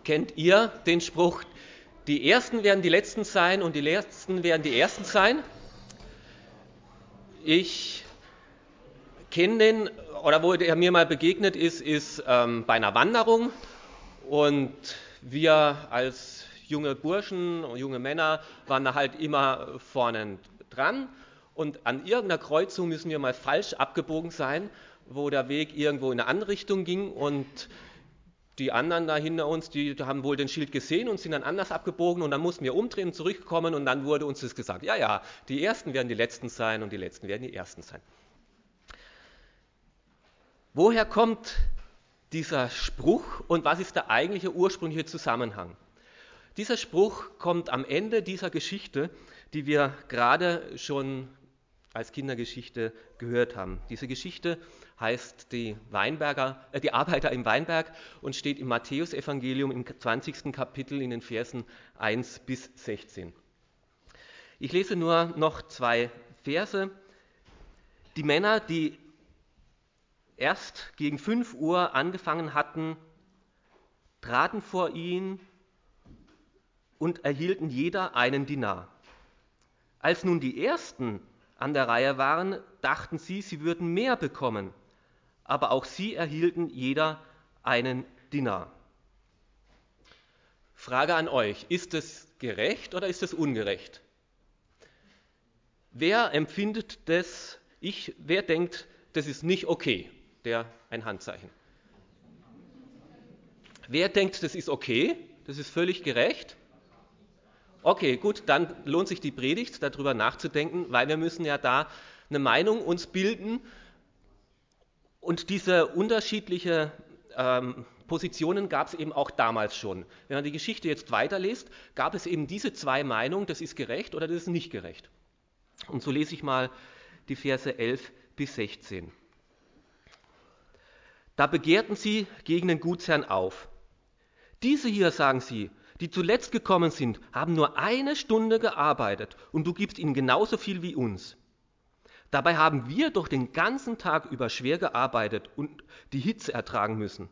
Kennt ihr den Spruch, die Ersten werden die Letzten sein und die Letzten werden die Ersten sein? Ich kenne den, oder wo er mir mal begegnet ist bei einer Wanderung. Und wir als junge Burschen und junge Männer waren da halt immer vorne dran. Und an irgendeiner Kreuzung müssen wir mal falsch abgebogen sein, wo der Weg irgendwo in eine andere Richtung ging. Und die anderen da hinter uns, die haben wohl den Schild gesehen und sind dann anders abgebogen. Und dann mussten wir umdrehen und zurückkommen. Und dann wurde uns das gesagt, ja, die Ersten werden die Letzten sein und die Letzten werden die Ersten sein. Woher kommt dieser Spruch und was ist der eigentliche ursprüngliche Zusammenhang? Dieser Spruch kommt am Ende dieser Geschichte, die wir gerade schon als Kindergeschichte gehört haben. Diese Geschichte heißt die Arbeiter im Weinberg und steht im Matthäusevangelium im 20. Kapitel in den Versen 1 bis 16. Ich lese nur noch 2 Verse. Die Männer, die erst gegen 5 Uhr angefangen hatten, traten vor ihn und erhielten jeder einen Dinar. Als nun die Ersten an der Reihe waren, dachten sie, sie würden mehr bekommen, aber auch sie erhielten jeder einen Dinar. Frage an euch, ist es gerecht oder ist es ungerecht? Wer empfindet das, wer denkt, das ist nicht okay? Ein Handzeichen. Wer denkt, das ist okay? Das ist völlig gerecht? Okay, gut, dann lohnt sich die Predigt, darüber nachzudenken, weil wir müssen ja da eine Meinung uns bilden. Und diese unterschiedlichen Positionen gab es eben auch damals schon. Wenn man die Geschichte jetzt weiterliest, gab es eben diese 2 Meinungen, das ist gerecht oder das ist nicht gerecht. Und so lese ich mal die Verse 11 bis 16. Da begehrten sie gegen den Gutsherrn auf. Diese hier, sagen sie, die zuletzt gekommen sind, haben nur 1 Stunde gearbeitet und du gibst ihnen genauso viel wie uns. Dabei haben wir doch den ganzen Tag über schwer gearbeitet und die Hitze ertragen müssen.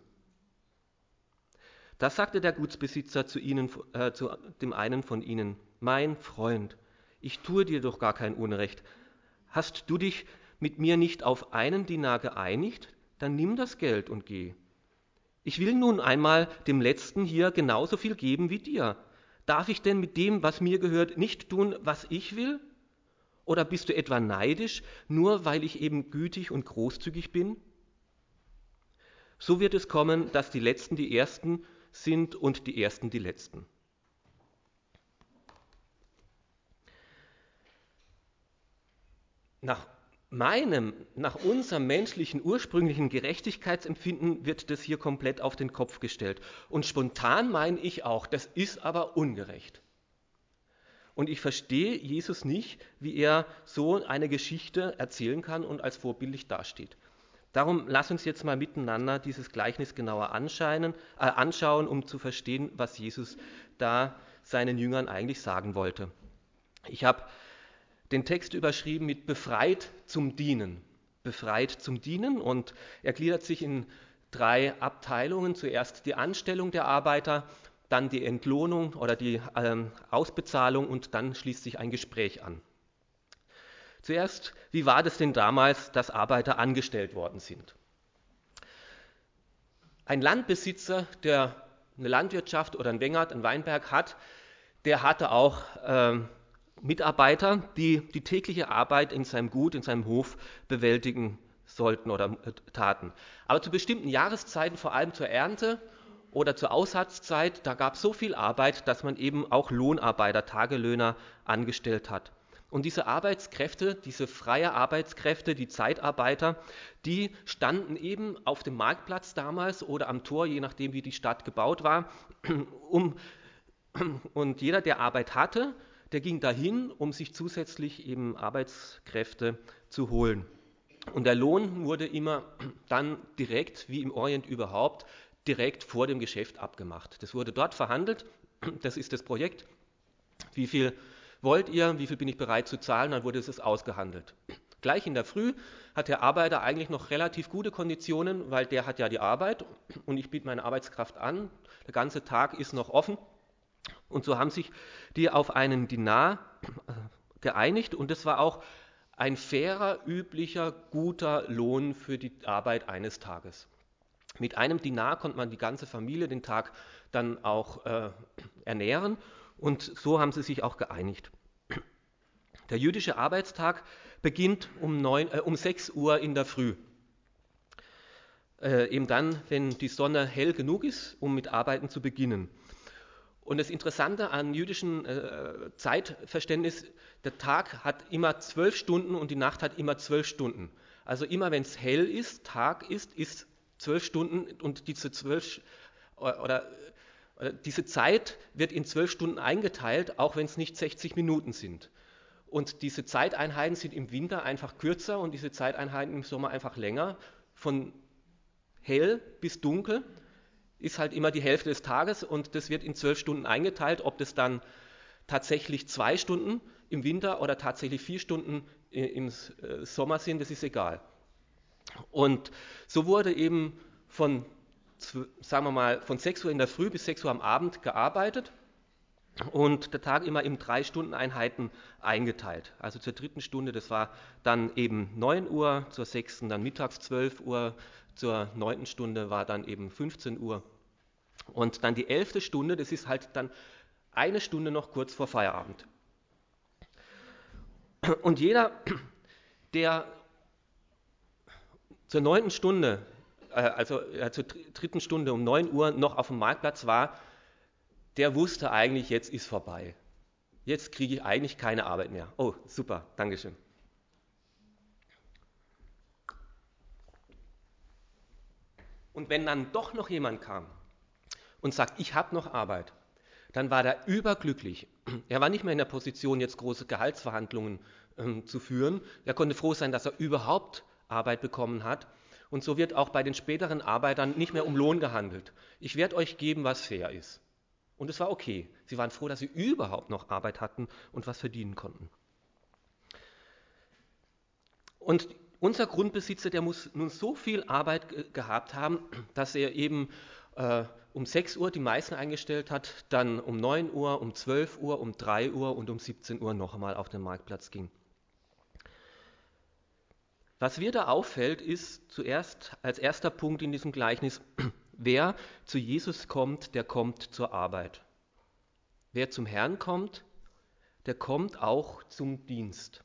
Da sagte der Gutsbesitzer zu dem einen von ihnen, mein Freund, ich tue dir doch gar kein Unrecht. Hast du dich mit mir nicht auf 1 Dinar geeinigt? Dann nimm das Geld und geh. Ich will nun einmal dem Letzten hier genauso viel geben wie dir. Darf ich denn mit dem, was mir gehört, nicht tun, was ich will? Oder bist du etwa neidisch, nur weil ich eben gütig und großzügig bin? So wird es kommen, dass die Letzten die Ersten sind und die Ersten die Letzten. Nach unserem menschlichen ursprünglichen Gerechtigkeitsempfinden wird das hier komplett auf den Kopf gestellt. Und spontan meine ich auch, das ist aber ungerecht. Und ich verstehe Jesus nicht, wie er so eine Geschichte erzählen kann und als vorbildlich dasteht. Darum lass uns jetzt mal miteinander dieses Gleichnis genauer anschauen, um zu verstehen, was Jesus da seinen Jüngern eigentlich sagen wollte. Ich habe den Text überschrieben mit befreit zum Dienen. Befreit zum Dienen, und er gliedert sich in 3 Abteilungen. Zuerst die Anstellung der Arbeiter, dann die Entlohnung oder die Ausbezahlung und dann schließt sich ein Gespräch an. Zuerst, wie war das denn damals, dass Arbeiter angestellt worden sind? Ein Landbesitzer, der eine Landwirtschaft oder ein Weinberg hat, der hatte auch Mitarbeiter, die die tägliche Arbeit in seinem Gut, in seinem Hof bewältigen sollten oder taten. Aber zu bestimmten Jahreszeiten, vor allem zur Ernte oder zur Aussatzzeit, da gab es so viel Arbeit, dass man eben auch Lohnarbeiter, Tagelöhner angestellt hat. Und diese Arbeitskräfte, diese freie Arbeitskräfte, die Zeitarbeiter, die standen eben auf dem Marktplatz damals oder am Tor, je nachdem wie die Stadt gebaut war. Und jeder, der Arbeit hatte, der ging dahin, um sich zusätzlich eben Arbeitskräfte zu holen. Und der Lohn wurde immer dann direkt, wie im Orient überhaupt, direkt vor dem Geschäft abgemacht. Das wurde dort verhandelt, das ist das Projekt. Wie viel wollt ihr, wie viel bin ich bereit zu zahlen, dann wurde es ausgehandelt. Gleich in der Früh hat der Arbeiter eigentlich noch relativ gute Konditionen, weil der hat ja die Arbeit und ich biete meine Arbeitskraft an. Der ganze Tag ist noch offen und so haben sich die auf einen Dinar geeinigt und das war auch ein fairer, üblicher, guter Lohn für die Arbeit eines Tages. Mit einem Dinar konnte man die ganze Familie den Tag dann auch ernähren und so haben sie sich auch geeinigt. Der jüdische Arbeitstag beginnt um 6 Uhr in der Früh. Eben dann, wenn die Sonne hell genug ist, um mit Arbeiten zu beginnen. Und das Interessante an jüdischem Zeitverständnis, der Tag hat immer 12 Stunden und die Nacht hat immer 12 Stunden. Also immer wenn es hell ist, Tag ist 12 Stunden und diese Zeit wird in 12 Stunden eingeteilt, auch wenn es nicht 60 Minuten sind. Und diese Zeiteinheiten sind im Winter einfach kürzer und diese Zeiteinheiten im Sommer einfach länger. Von hell bis dunkel ist halt immer die Hälfte des Tages und das wird in 12 Stunden eingeteilt. Ob das dann tatsächlich 2 Stunden im Winter oder tatsächlich 4 Stunden im Sommer sind, das ist egal. Und so wurde eben sagen wir mal, von 6 Uhr in der Früh bis 6 Uhr am Abend gearbeitet und der Tag immer in 3-Stunden-Einheiten eingeteilt. Also zur 3. Stunde, das war dann eben 9 Uhr, zur 6. dann mittags 12 Uhr, zur 9. Stunde war dann eben 15 Uhr. Und dann die 11. Stunde, das ist halt dann eine Stunde noch kurz vor Feierabend. Und jeder, der zur 9. Stunde, zur 3. Stunde um 9 Uhr noch auf dem Marktplatz war, der wusste eigentlich, jetzt ist vorbei. Jetzt kriege ich eigentlich keine Arbeit mehr. Oh, super, Dankeschön. Und wenn dann doch noch jemand kam und sagt, ich habe noch Arbeit, dann war der überglücklich. Er war nicht mehr in der Position, jetzt große Gehaltsverhandlungen zu führen. Er konnte froh sein, dass er überhaupt Arbeit bekommen hat. Und so wird auch bei den späteren Arbeitern nicht mehr um Lohn gehandelt. Ich werde euch geben, was fair ist. Und es war okay. Sie waren froh, dass sie überhaupt noch Arbeit hatten und was verdienen konnten. Und unser Grundbesitzer, der muss nun so viel Arbeit gehabt haben, dass er eben um 6 Uhr die meisten eingestellt hat, dann um 9 Uhr, um 12 Uhr, um 3 Uhr und um 17 Uhr noch einmal auf den Marktplatz ging. Was mir da auffällt, ist zuerst als erster Punkt in diesem Gleichnis, wer zu Jesus kommt, der kommt zur Arbeit. Wer zum Herrn kommt, der kommt auch zum Dienst.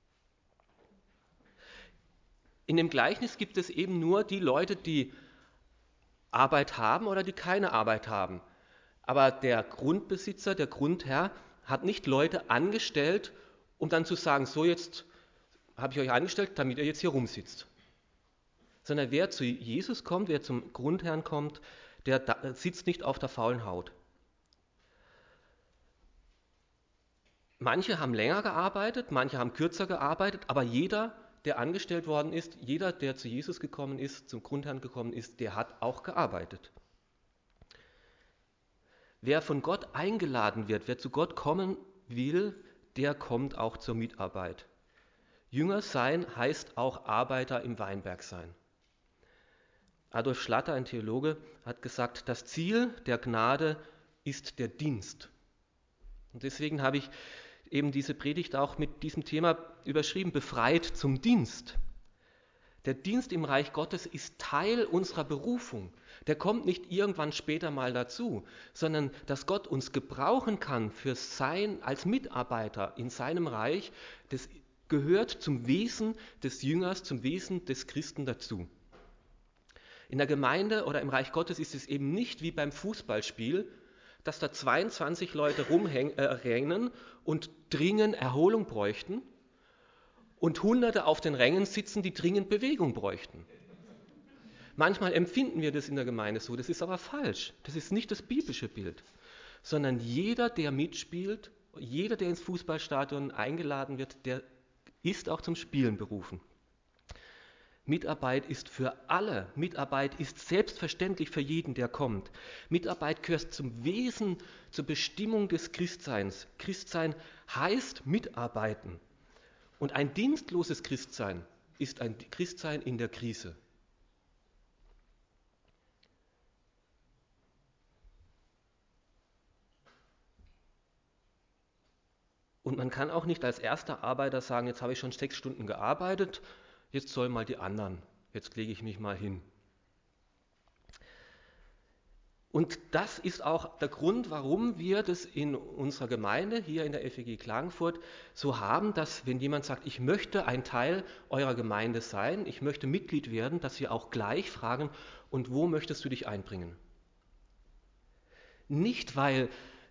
In dem Gleichnis gibt es eben nur die Leute, die Arbeit haben oder die keine Arbeit haben. Aber der Grundbesitzer, der Grundherr, hat nicht Leute angestellt, um dann zu sagen, so jetzt habe ich euch angestellt, damit ihr jetzt hier rumsitzt. Sondern wer zu Jesus kommt, wer zum Grundherrn kommt, der sitzt nicht auf der faulen Haut. Manche haben länger gearbeitet, manche haben kürzer gearbeitet, aber jeder, der angestellt worden ist, jeder, der zu Jesus gekommen ist, zum Grundherrn gekommen ist, der hat auch gearbeitet. Wer von Gott eingeladen wird, wer zu Gott kommen will, der kommt auch zur Mitarbeit. Jünger sein heißt auch Arbeiter im Weinberg sein. Adolf Schlatter, ein Theologe, hat gesagt, das Ziel der Gnade ist der Dienst. Und deswegen habe ich eben diese Predigt auch mit diesem Thema überschrieben, befreit zum Dienst. Der Dienst im Reich Gottes ist Teil unserer Berufung. Der kommt nicht irgendwann später mal dazu, sondern dass Gott uns gebrauchen kann für als Mitarbeiter in seinem Reich, das gehört zum Wesen des Jüngers, zum Wesen des Christen dazu. In der Gemeinde oder im Reich Gottes ist es eben nicht wie beim Fußballspiel, dass da 22 Leute rumrennen und dringend Erholung bräuchten und Hunderte auf den Rängen sitzen, die dringend Bewegung bräuchten. Manchmal empfinden wir das in der Gemeinde so, das ist aber falsch. Das ist nicht das biblische Bild, sondern jeder, der mitspielt, jeder, der ins Fußballstadion eingeladen wird, der ist auch zum Spielen berufen. Mitarbeit ist für alle. Mitarbeit ist selbstverständlich für jeden, der kommt. Mitarbeit gehört zum Wesen, zur Bestimmung des Christseins. Christsein heißt mitarbeiten. Und ein dienstloses Christsein ist ein Christsein in der Krise. Und man kann auch nicht als erster Arbeiter sagen, jetzt habe ich schon 6 Stunden gearbeitet, jetzt sollen mal die anderen, jetzt lege ich mich mal hin. Und das ist auch der Grund, warum wir das in unserer Gemeinde hier in der FEG Klagenfurt so haben, dass wenn jemand sagt, ich möchte ein Teil eurer Gemeinde sein, ich möchte Mitglied werden, dass wir auch gleich fragen, und wo möchtest du dich einbringen? Nicht, weil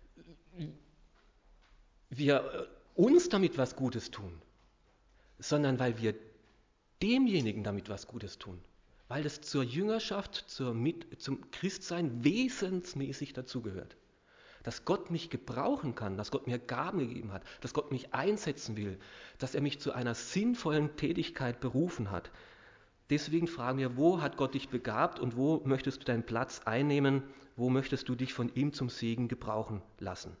wir uns damit was Gutes tun, sondern weil wir demjenigen damit was Gutes tun. Weil es zur Jüngerschaft, zum Christsein wesensmäßig dazugehört. Dass Gott mich gebrauchen kann, dass Gott mir Gaben gegeben hat, dass Gott mich einsetzen will, dass er mich zu einer sinnvollen Tätigkeit berufen hat. Deswegen fragen wir, wo hat Gott dich begabt und wo möchtest du deinen Platz einnehmen, wo möchtest du dich von ihm zum Segen gebrauchen lassen?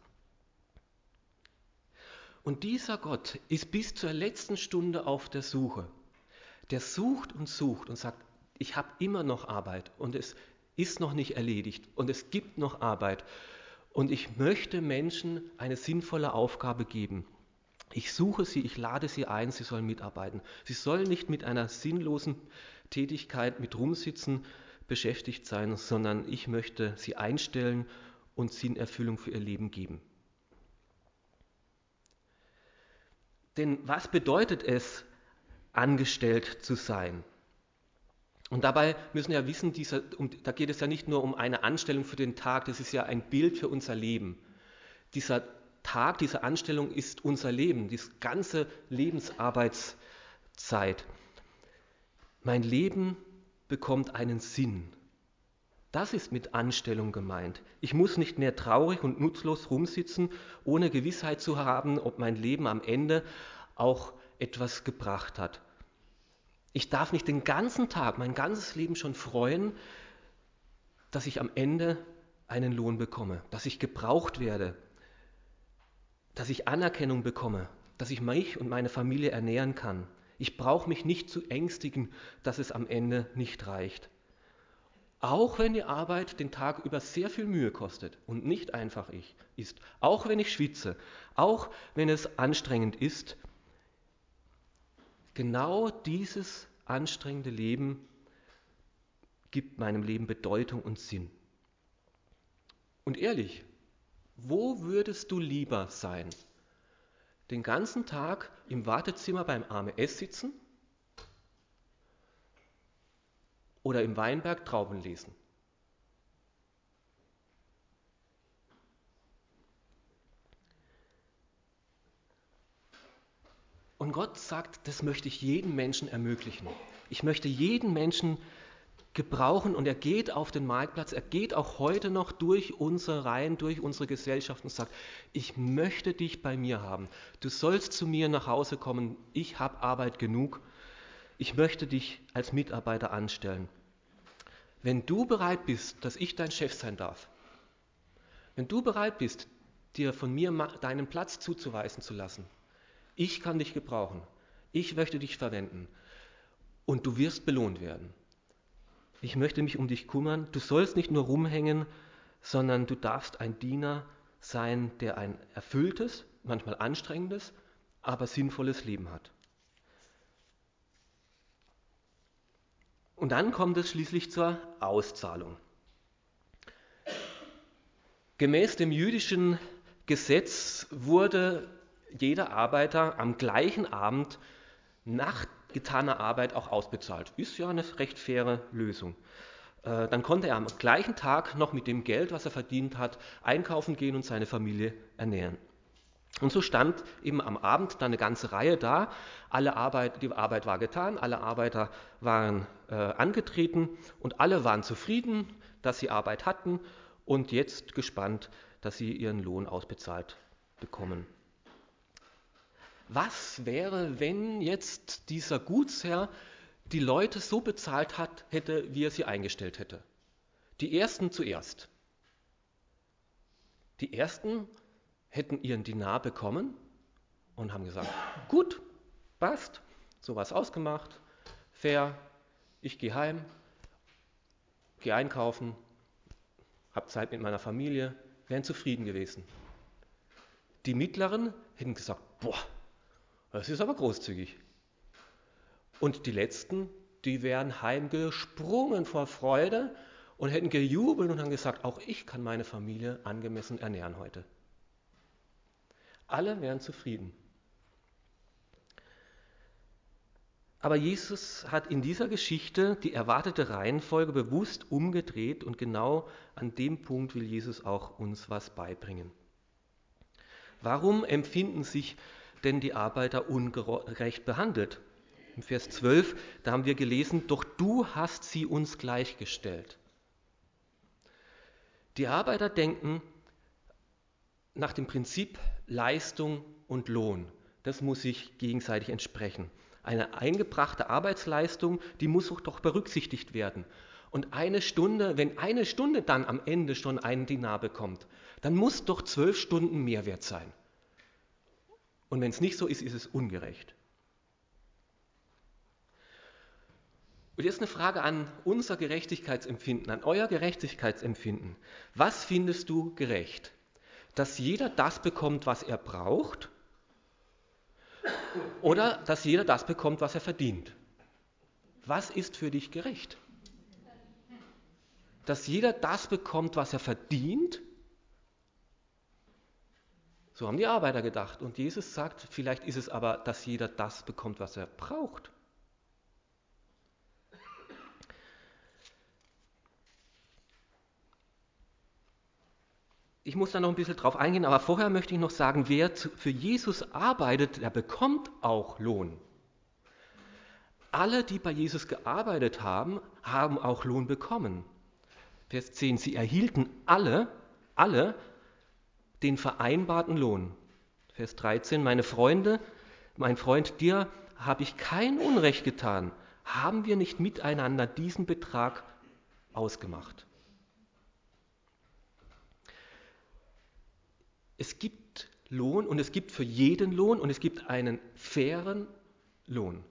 Und dieser Gott ist bis zur letzten Stunde auf der Suche. Der sucht und sagt, ich habe immer noch Arbeit und es ist noch nicht erledigt und es gibt noch Arbeit und ich möchte Menschen eine sinnvolle Aufgabe geben. Ich suche sie, ich lade sie ein, sie sollen mitarbeiten. Sie sollen nicht mit einer sinnlosen Tätigkeit, mit Rumsitzen beschäftigt sein, sondern ich möchte sie einstellen und Sinnerfüllung für ihr Leben geben. Denn was bedeutet es, angestellt zu sein? Und dabei müssen wir ja wissen, da geht es ja nicht nur um eine Anstellung für den Tag, das ist ja ein Bild für unser Leben. Dieser Tag, diese Anstellung ist unser Leben, die ganze Lebensarbeitszeit. Mein Leben bekommt einen Sinn. Das ist mit Anstellung gemeint. Ich muss nicht mehr traurig und nutzlos rumsitzen, ohne Gewissheit zu haben, ob mein Leben am Ende auch etwas gebracht hat. Ich darf mich den ganzen Tag, mein ganzes Leben schon freuen, dass ich am Ende einen Lohn bekomme, dass ich gebraucht werde, dass ich Anerkennung bekomme, dass ich mich und meine Familie ernähren kann. Ich brauche mich nicht zu ängstigen, dass es am Ende nicht reicht. Auch wenn die Arbeit den Tag über sehr viel Mühe kostet und nicht einfach ist, auch wenn ich schwitze, auch wenn es anstrengend ist, genau dieses anstrengende Leben gibt meinem Leben Bedeutung und Sinn. Und ehrlich, wo würdest du lieber sein? Den ganzen Tag im Wartezimmer beim AMS sitzen oder im Weinberg Trauben lesen? Und Gott sagt, das möchte ich jedem Menschen ermöglichen. Ich möchte jeden Menschen gebrauchen und er geht auf den Marktplatz, er geht auch heute noch durch unsere Reihen, durch unsere Gesellschaft und sagt, ich möchte dich bei mir haben. Du sollst zu mir nach Hause kommen, ich habe Arbeit genug, ich möchte dich als Mitarbeiter anstellen. Wenn du bereit bist, dass ich dein Chef sein darf, wenn du bereit bist, dir von mir deinen Platz zuzuweisen zu lassen, ich kann dich gebrauchen, ich möchte dich verwenden und du wirst belohnt werden. Ich möchte mich um dich kümmern, du sollst nicht nur rumhängen, sondern du darfst ein Diener sein, der ein erfülltes, manchmal anstrengendes, aber sinnvolles Leben hat. Und dann kommt es schließlich zur Auszahlung. Gemäß dem jüdischen Gesetz wurde jeder Arbeiter am gleichen Abend nach getaner Arbeit auch ausbezahlt. Ist ja eine recht faire Lösung. Dann konnte er am gleichen Tag noch mit dem Geld, was er verdient hat, einkaufen gehen und seine Familie ernähren. Und so stand eben am Abend dann eine ganze Reihe da. Die Arbeit war getan, alle Arbeiter waren angetreten und alle waren zufrieden, dass sie Arbeit hatten und jetzt gespannt, dass sie ihren Lohn ausbezahlt bekommen. Was wäre, wenn jetzt dieser Gutsherr die Leute so bezahlt hätte, wie er sie eingestellt hätte? Die Ersten zuerst. Die Ersten hätten ihren Dinar bekommen und haben gesagt, gut, passt, sowas ausgemacht, fair, ich gehe heim, gehe einkaufen, habe Zeit mit meiner Familie, wären zufrieden gewesen. Die Mittleren hätten gesagt, boah, das ist aber großzügig. Und die Letzten, die wären heimgesprungen vor Freude und hätten gejubelt und haben gesagt, auch ich kann meine Familie angemessen ernähren heute. Alle wären zufrieden. Aber Jesus hat in dieser Geschichte die erwartete Reihenfolge bewusst umgedreht und genau an dem Punkt will Jesus auch uns was beibringen. Warum empfinden sich denn die Arbeiter ungerecht behandelt? Im Vers 12, da haben wir gelesen, doch du hast sie uns gleichgestellt. Die Arbeiter denken nach dem Prinzip Leistung und Lohn. Das muss sich gegenseitig entsprechen. Eine eingebrachte Arbeitsleistung, die muss doch berücksichtigt werden. Und wenn eine Stunde dann am Ende schon einen Dinar bekommt, dann muss doch 12 Stunden Mehrwert sein. Und wenn es nicht so ist, ist es ungerecht. Und jetzt eine Frage an unser Gerechtigkeitsempfinden, an euer Gerechtigkeitsempfinden. Was findest du gerecht? Dass jeder das bekommt, was er braucht? Oder dass jeder das bekommt, was er verdient? Was ist für dich gerecht? Dass jeder das bekommt, was er verdient? So haben die Arbeiter gedacht. Und Jesus sagt, vielleicht ist es aber, dass jeder das bekommt, was er braucht. Ich muss da noch ein bisschen drauf eingehen, aber vorher möchte ich noch sagen, wer für Jesus arbeitet, der bekommt auch Lohn. Alle, die bei Jesus gearbeitet haben, haben auch Lohn bekommen. Vers 10, sie erhielten alle den vereinbarten Lohn. Vers 13, meine Freunde, mein Freund, dir habe ich kein Unrecht getan. Haben wir nicht miteinander diesen Betrag ausgemacht? Es gibt Lohn und es gibt für jeden Lohn und es gibt einen fairen Lohn.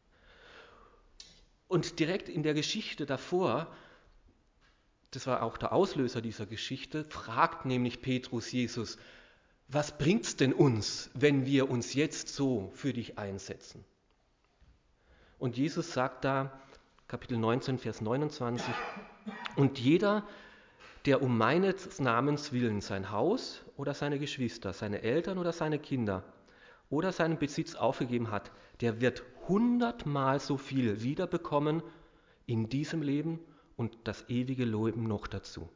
Und direkt in der Geschichte davor, das war auch der Auslöser dieser Geschichte, fragt nämlich Petrus Jesus, was bringt's denn uns, wenn wir uns jetzt so für dich einsetzen? Und Jesus sagt da, Kapitel 19, Vers 29, und jeder, der um meines Namens willen sein Haus oder seine Geschwister, seine Eltern oder seine Kinder oder seinen Besitz aufgegeben hat, der wird 100-mal so viel wiederbekommen in diesem Leben und das ewige Leben noch dazu.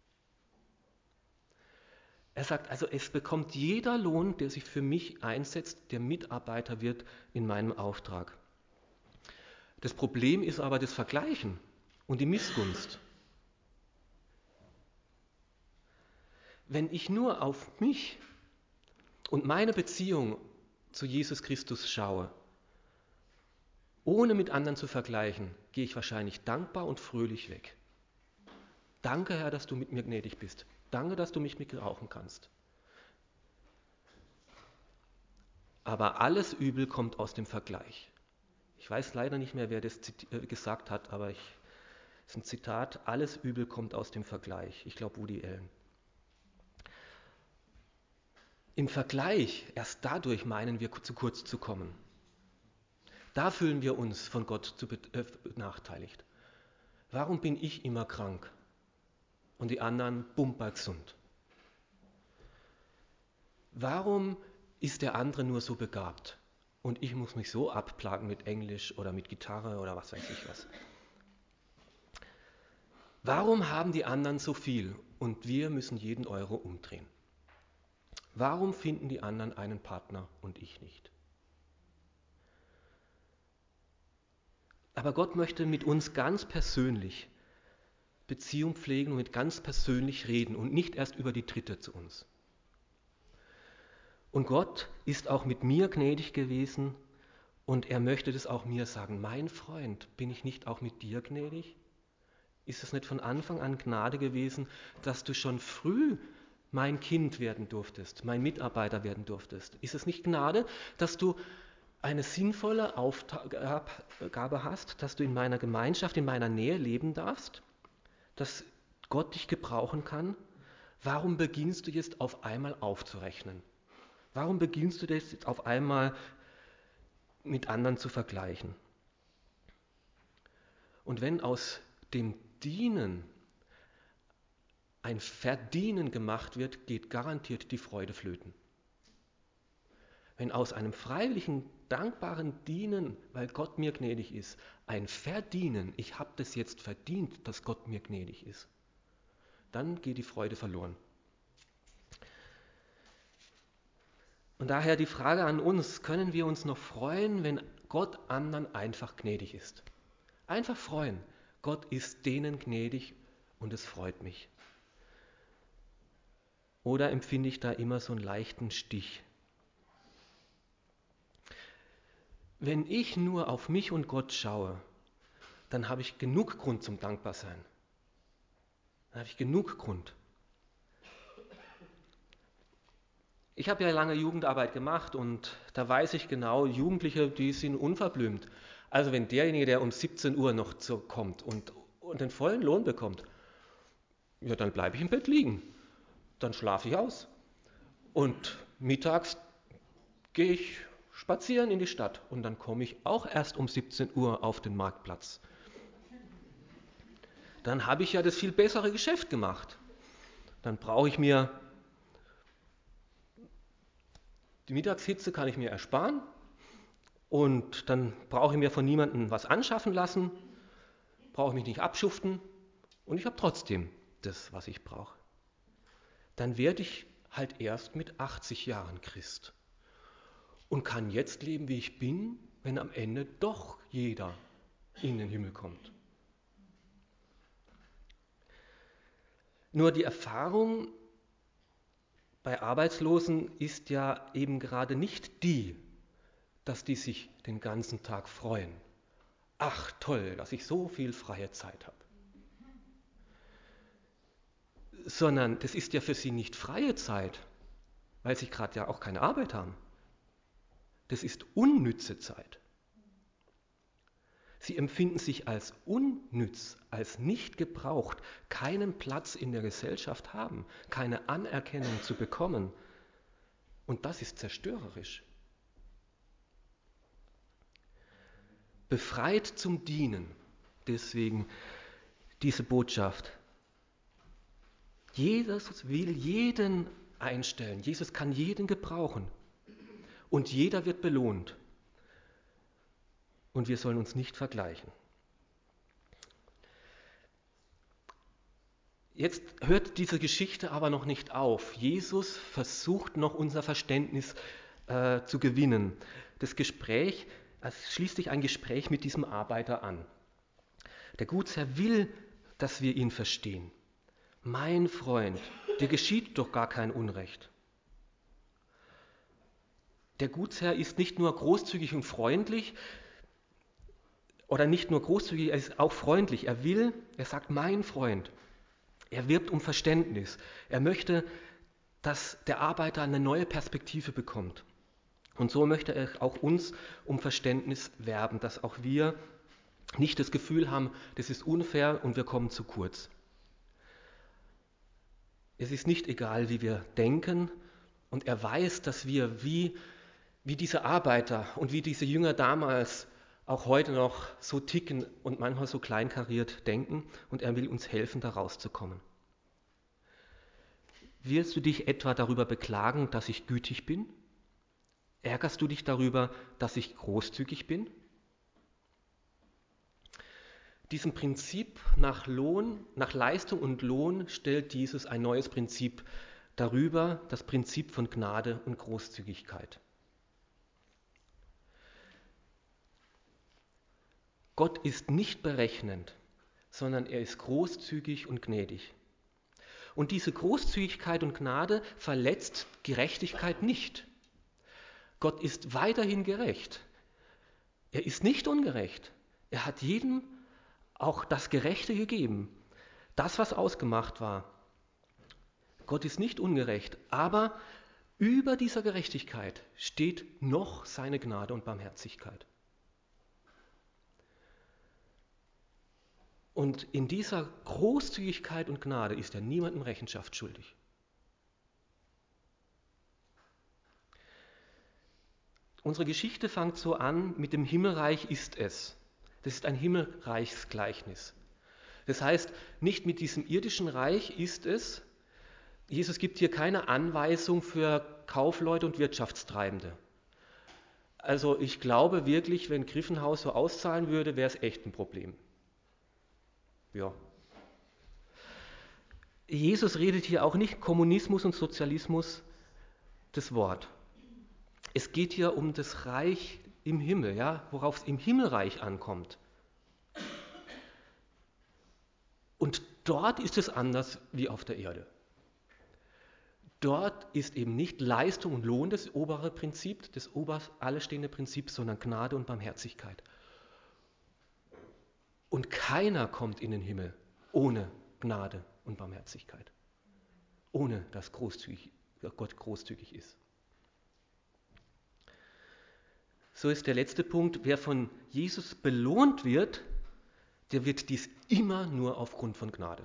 Er sagt also, es bekommt jeder Lohn, der sich für mich einsetzt, der Mitarbeiter wird in meinem Auftrag. Das Problem ist aber das Vergleichen und die Missgunst. Wenn ich nur auf mich und meine Beziehung zu Jesus Christus schaue, ohne mit anderen zu vergleichen, gehe ich wahrscheinlich dankbar und fröhlich weg. Danke, Herr, dass du mit mir gnädig bist. Danke, dass du mich mitgebrauchen kannst. Aber alles Übel kommt aus dem Vergleich. Ich weiß leider nicht mehr, wer das gesagt hat, aber es ist ein Zitat, alles Übel kommt aus dem Vergleich. Ich glaube, Woody Allen. Im Vergleich, erst dadurch meinen wir zu kurz zu kommen. Da fühlen wir uns von Gott benachteiligt. Warum bin ich immer krank und die anderen bumper gesund? Warum ist der andere nur so begabt und ich muss mich so abplagen mit Englisch oder mit Gitarre oder was weiß ich was? Warum haben die anderen so viel und wir müssen jeden Euro umdrehen? Warum finden die anderen einen Partner und ich nicht? Aber Gott möchte mit uns ganz persönlich Beziehung pflegen und mit ganz persönlich reden und nicht erst über die Dritte zu uns. Und Gott ist auch mit mir gnädig gewesen und er möchte das auch mir sagen. Mein Freund, bin ich nicht auch mit dir gnädig? Ist es nicht von Anfang an Gnade gewesen, dass du schon früh mein Kind werden durftest, mein Mitarbeiter werden durftest? Ist es nicht Gnade, dass du eine sinnvolle Aufgabe hast, dass du in meiner Gemeinschaft, in meiner Nähe leben darfst, dass Gott dich gebrauchen kann, warum beginnst du jetzt auf einmal aufzurechnen? Warum beginnst du das jetzt auf einmal mit anderen zu vergleichen? Und wenn aus dem Dienen ein Verdienen gemacht wird, geht garantiert die Freude flöten. Wenn aus einem freiwilligen, dankbaren Dienen, weil Gott mir gnädig ist, ein Verdienen, ich habe das jetzt verdient, dass Gott mir gnädig ist, dann geht die Freude verloren. Und daher die Frage an uns, können wir uns noch freuen, wenn Gott anderen einfach gnädig ist? Einfach freuen. Gott ist denen gnädig und es freut mich. Oder empfinde ich da immer so einen leichten Stich? Wenn ich nur auf mich und Gott schaue, dann habe ich genug Grund zum Dankbarsein. Dann habe ich genug Grund. Ich habe ja lange Jugendarbeit gemacht und da weiß ich genau, Jugendliche, die sind unverblümt. Also wenn derjenige, der um 17 Uhr noch kommt und den vollen Lohn bekommt, ja, dann bleibe ich im Bett liegen. Dann schlafe ich aus. Und mittags gehe ich spazieren in die Stadt und dann komme ich auch erst um 17 Uhr auf den Marktplatz. Dann habe ich ja das viel bessere Geschäft gemacht. Dann brauche ich mir, die Mittagshitze kann ich mir ersparen und dann brauche ich mir von niemandem was anschaffen lassen, brauche ich mich nicht abschuften und ich habe trotzdem das, was ich brauche. Dann werde ich halt erst mit 80 Jahren Christ und kann jetzt leben, wie ich bin, wenn am Ende doch jeder in den Himmel kommt. Nur die Erfahrung bei Arbeitslosen ist ja eben gerade nicht die, dass die sich den ganzen Tag freuen. Ach toll, dass ich so viel freie Zeit habe. Sondern das ist ja für sie nicht freie Zeit, weil sie gerade ja auch keine Arbeit haben. Das ist unnütze Zeit. Sie empfinden sich als unnütz, als nicht gebraucht, keinen Platz in der Gesellschaft haben, keine Anerkennung zu bekommen. Und das ist zerstörerisch. Befreit zum Dienen, deswegen diese Botschaft. Jesus will jeden einstellen, Jesus kann jeden gebrauchen und jeder wird belohnt. Und wir sollen uns nicht vergleichen. Jetzt hört diese Geschichte aber noch nicht auf. Jesus versucht noch unser Verständnis zu gewinnen. Das Gespräch, es schließt sich ein Gespräch mit diesem Arbeiter an. Der Gutsherr will, dass wir ihn verstehen. Mein Freund, dir geschieht doch gar kein Unrecht. Der Gutsherr ist nicht nur großzügig und freundlich, oder nicht nur großzügig, er ist auch freundlich. Er sagt, mein Freund. Er wirbt um Verständnis. Er möchte, dass der Arbeiter eine neue Perspektive bekommt. Und so möchte er auch uns um Verständnis werben, dass auch wir nicht das Gefühl haben, das ist unfair und wir kommen zu kurz. Es ist nicht egal, wie wir denken, und er weiß, dass wir wie diese Arbeiter und wie diese Jünger damals auch heute noch so ticken und manchmal so kleinkariert denken, und er will uns helfen, da rauszukommen. Willst du dich etwa darüber beklagen, dass ich gütig bin? Ärgerst du dich darüber, dass ich großzügig bin? Diesem Prinzip nach Leistung und Lohn stellt Jesus ein neues Prinzip darüber, das Prinzip von Gnade und Großzügigkeit. Gott ist nicht berechnend, sondern er ist großzügig und gnädig. Und diese Großzügigkeit und Gnade verletzt Gerechtigkeit nicht. Gott ist weiterhin gerecht. Er ist nicht ungerecht. Er hat jedem auch das Gerechte gegeben. Das, was ausgemacht war. Gott ist nicht ungerecht, aber Über dieser Gerechtigkeit steht noch seine Gnade und Barmherzigkeit. Und in dieser Großzügigkeit und Gnade ist er niemandem Rechenschaft schuldig. Unsere Geschichte fängt so an, mit dem Himmelreich ist es. Das ist ein Himmelreichsgleichnis. Das heißt, nicht mit diesem irdischen Reich ist es. Jesus gibt hier keine Anweisung für Kaufleute und Wirtschaftstreibende. Also ich glaube wirklich, wenn Griffenhaus so auszahlen würde, wäre es echt ein Problem. Ja. Jesus redet hier auch nicht Kommunismus und Sozialismus das Wort. Es geht hier um das Reich im Himmel, ja, worauf es im Himmelreich ankommt. Und dort ist es anders wie auf der Erde. Dort ist eben nicht Leistung und Lohn das obere Prinzip, das oberst alles stehende Prinzip, sondern Gnade und Barmherzigkeit. Und keiner kommt in den Himmel ohne Gnade und Barmherzigkeit. Ohne dass Gott großzügig ist. So ist der letzte Punkt, wer von Jesus belohnt wird, der wird dies immer nur aufgrund von Gnade.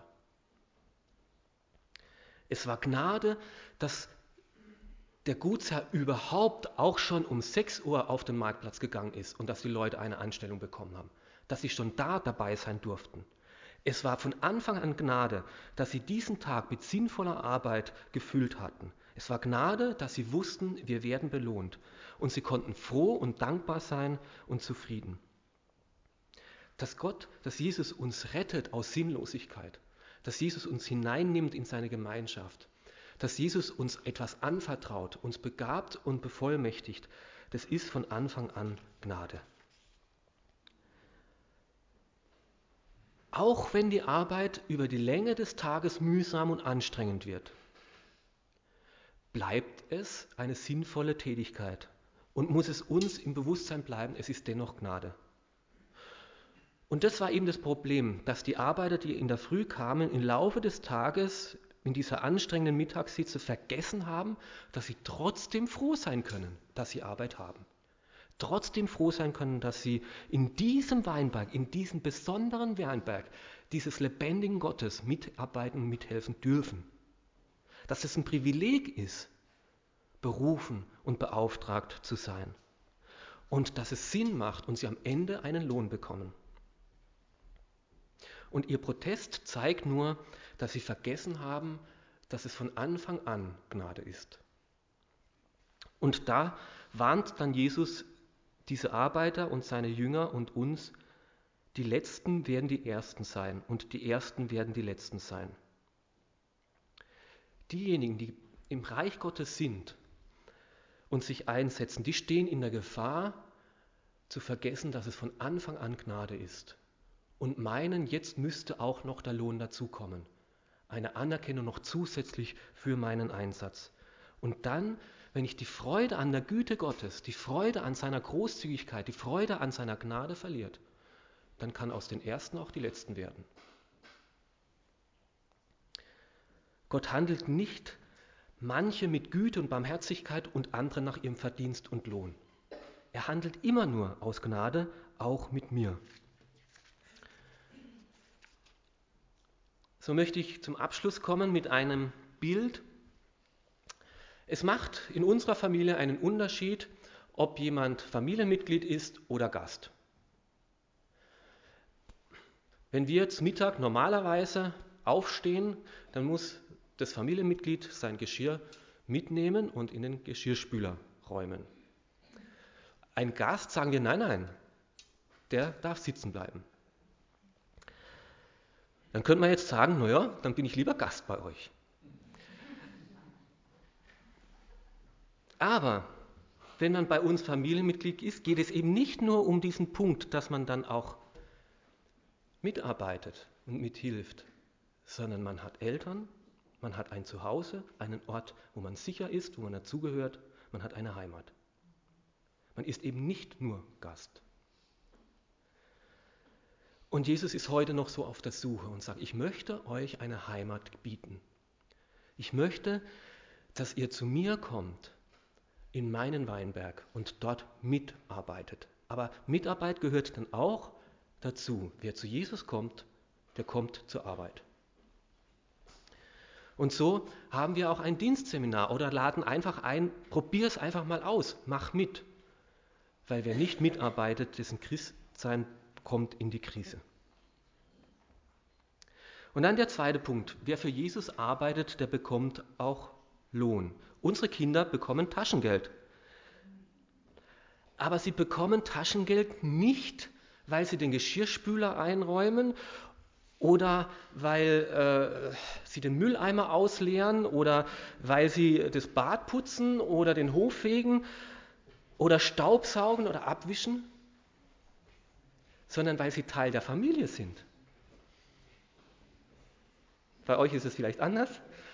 Es war Gnade, dass der Gutsherr überhaupt auch schon um 6 Uhr auf den Marktplatz gegangen ist und dass die Leute eine Anstellung bekommen haben, dass sie schon da dabei sein durften. Es war von Anfang an Gnade, dass sie diesen Tag mit sinnvoller Arbeit gefüllt hatten. Es war Gnade, dass sie wussten, wir werden belohnt. Und sie konnten froh und dankbar sein und zufrieden. Dass Jesus uns rettet aus Sinnlosigkeit, dass Jesus uns hineinnimmt in seine Gemeinschaft, dass Jesus uns etwas anvertraut, uns begabt und bevollmächtigt, das ist von Anfang an Gnade. Auch wenn die Arbeit über die Länge des Tages mühsam und anstrengend wird, bleibt es eine sinnvolle Tätigkeit und muss es uns im Bewusstsein bleiben, es ist dennoch Gnade. Und das war eben das Problem, dass die Arbeiter, die in der Früh kamen, im Laufe des Tages in dieser anstrengenden Mittagshitze vergessen haben, dass sie trotzdem froh sein können, dass sie Arbeit haben. Trotzdem froh sein können, dass sie in diesem Weinberg, in diesem besonderen Weinberg dieses lebendigen Gottes mitarbeiten und mithelfen dürfen. Dass es ein Privileg ist, berufen und beauftragt zu sein. Und dass es Sinn macht und sie am Ende einen Lohn bekommen. Und ihr Protest zeigt nur, dass sie vergessen haben, dass es von Anfang an Gnade ist. Und da warnt dann Jesus diese Arbeiter und seine Jünger und uns, die Letzten werden die Ersten sein und die Ersten werden die Letzten sein. Diejenigen, die im Reich Gottes sind und sich einsetzen, die stehen in der Gefahr, zu vergessen, dass es von Anfang an Gnade ist und meinen, jetzt müsste auch noch der Lohn dazukommen. Eine Anerkennung noch zusätzlich für meinen Einsatz. Und dann, wenn ich die Freude an der Güte Gottes, die Freude an seiner Großzügigkeit, die Freude an seiner Gnade verliert, dann kann aus den Ersten auch die Letzten werden. Gott handelt nicht manche mit Güte und Barmherzigkeit und andere nach ihrem Verdienst und Lohn. Er handelt immer nur aus Gnade, auch mit mir. So möchte ich zum Abschluss kommen mit einem Bild. Es macht in unserer Familie einen Unterschied, ob jemand Familienmitglied ist oder Gast. Wenn wir jetzt Mittag normalerweise aufstehen, dann muss das Familienmitglied sein Geschirr mitnehmen und in den Geschirrspüler räumen. Ein Gast sagen wir, nein, der darf sitzen bleiben. Dann könnte man jetzt sagen, naja, dann bin ich lieber Gast bei euch. Aber wenn man bei uns Familienmitglied ist, geht es eben nicht nur um diesen Punkt, dass man dann auch mitarbeitet und mithilft, sondern man hat Eltern, man hat ein Zuhause, einen Ort, wo man sicher ist, wo man dazugehört, man hat eine Heimat. Man ist eben nicht nur Gast. Und Jesus ist heute noch so auf der Suche und sagt, ich möchte euch eine Heimat bieten. Ich möchte, dass ihr zu mir kommt, in meinen Weinberg und dort mitarbeitet. Aber Mitarbeit gehört dann auch dazu. Wer zu Jesus kommt, der kommt zur Arbeit. Und so haben wir auch ein Dienstseminar oder laden einfach ein, probier es einfach mal aus, mach mit. Weil wer nicht mitarbeitet, dessen Christsein kommt in die Krise. Und dann der zweite Punkt. Wer für Jesus arbeitet, der bekommt auch Lohn. Unsere Kinder bekommen Taschengeld. Aber sie bekommen Taschengeld nicht, weil sie den Geschirrspüler einräumen oder weil sie den Mülleimer ausleeren oder weil sie das Bad putzen oder den Hof fegen oder Staubsaugen oder abwischen, sondern weil sie Teil der Familie sind. Bei euch ist es vielleicht anders.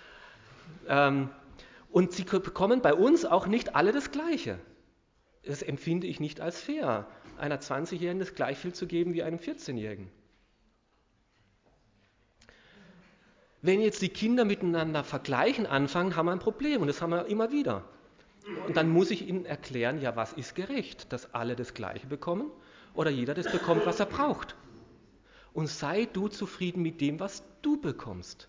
Und sie bekommen bei uns auch nicht alle das Gleiche. Das empfinde ich nicht als fair, einer 20-Jährigen das gleich viel zu geben wie einem 14-Jährigen. Wenn jetzt die Kinder miteinander vergleichen anfangen, haben wir ein Problem und das haben wir immer wieder. Und dann muss ich ihnen erklären, ja, was ist gerecht, dass alle das Gleiche bekommen oder jeder das bekommt, was er braucht. Und sei du zufrieden mit dem, was du bekommst.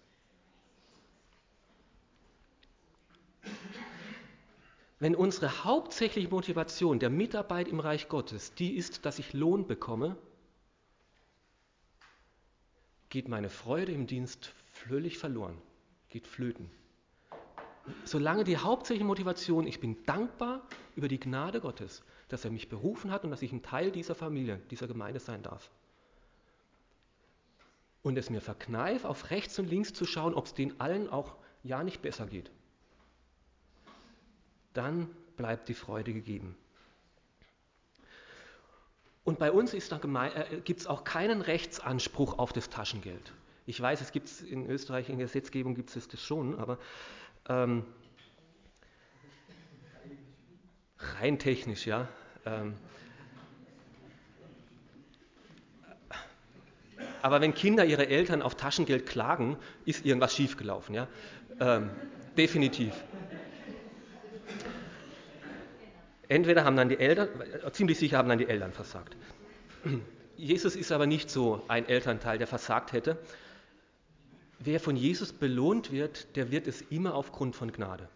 Wenn unsere hauptsächliche Motivation der Mitarbeit im Reich Gottes die ist, dass ich Lohn bekomme, geht meine Freude im Dienst völlig verloren, geht flöten. Solange die hauptsächliche Motivation, ich bin dankbar über die Gnade Gottes, dass er mich berufen hat und dass ich ein Teil dieser Familie, dieser Gemeinde sein darf. Und es mir verkneife, auf rechts und links zu schauen, ob es denen allen auch ja nicht besser geht. Dann bleibt die Freude gegeben. Und bei uns gibt es auch keinen Rechtsanspruch auf das Taschengeld. Ich weiß, es gibt es in Österreich, in der Gesetzgebung gibt es das schon, aber rein technisch, ja. Aber wenn Kinder ihre Eltern auf Taschengeld klagen, ist irgendwas schiefgelaufen, ja. Definitiv. Entweder haben dann die Eltern, ziemlich sicher haben dann die Eltern versagt. Jesus ist aber nicht so ein Elternteil, der versagt hätte. Wer von Jesus belohnt wird, der wird es immer aufgrund von Gnade.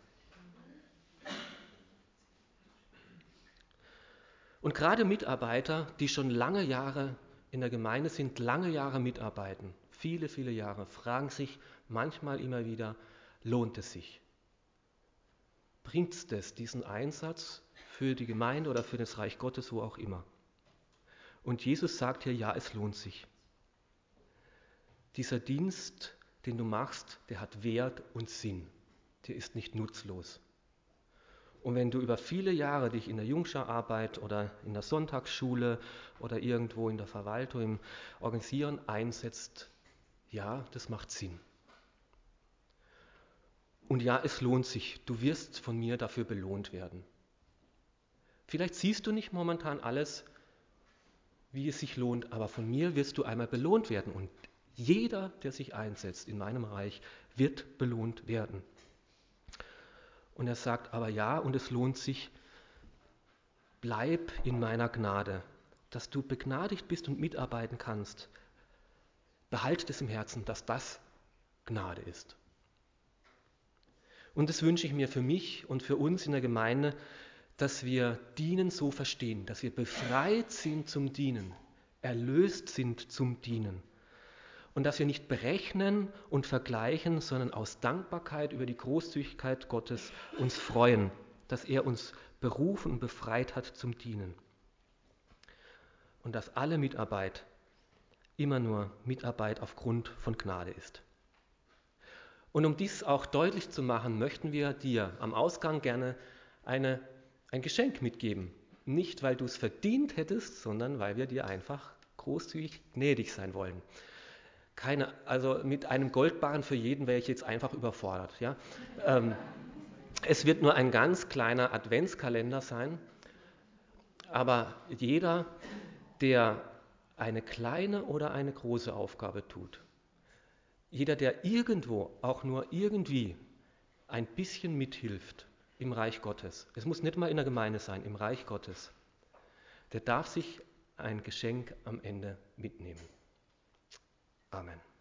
Und gerade Mitarbeiter, die schon lange Jahre in der Gemeinde sind, lange Jahre mitarbeiten, viele, viele Jahre, fragen sich manchmal immer wieder, lohnt es sich? Bringt es das, diesen Einsatz für die Gemeinde oder für das Reich Gottes, wo auch immer? Und Jesus sagt hier, ja, es lohnt sich. Dieser Dienst, den du machst, der hat Wert und Sinn. Der ist nicht nutzlos. Und wenn du über viele Jahre dich in der Jungschararbeit oder in der Sonntagsschule oder irgendwo in der Verwaltung im Organisieren einsetzt, ja, das macht Sinn. Und ja, es lohnt sich. Du wirst von mir dafür belohnt werden. Vielleicht siehst du nicht momentan alles, wie es sich lohnt, aber von mir wirst du einmal belohnt werden. Und jeder, der sich einsetzt in meinem Reich, wird belohnt werden. Und er sagt, aber ja, und es lohnt sich, bleib in meiner Gnade, dass du begnadigt bist und mitarbeiten kannst. Behalte es im Herzen, dass das Gnade ist. Und das wünsche ich mir für mich und für uns in der Gemeinde, dass wir Dienen so verstehen, dass wir befreit sind zum Dienen, erlöst sind zum Dienen. Und dass wir nicht berechnen und vergleichen, sondern aus Dankbarkeit über die Großzügigkeit Gottes uns freuen, dass er uns berufen und befreit hat zum Dienen. Und dass alle Mitarbeit immer nur Mitarbeit aufgrund von Gnade ist. Und um dies auch deutlich zu machen, möchten wir dir am Ausgang gerne ein Geschenk mitgeben. Nicht, weil du es verdient hättest, sondern weil wir dir einfach großzügig gnädig sein wollen. Also mit einem Goldbarren für jeden wäre ich jetzt einfach überfordert. Ja? Es wird nur ein ganz kleiner Adventskalender sein, aber jeder, der eine kleine oder eine große Aufgabe tut, jeder, der irgendwo, auch nur irgendwie ein bisschen mithilft im Reich Gottes, es muss nicht mal in der Gemeinde sein, im Reich Gottes, der darf sich ein Geschenk am Ende mitnehmen. Amen.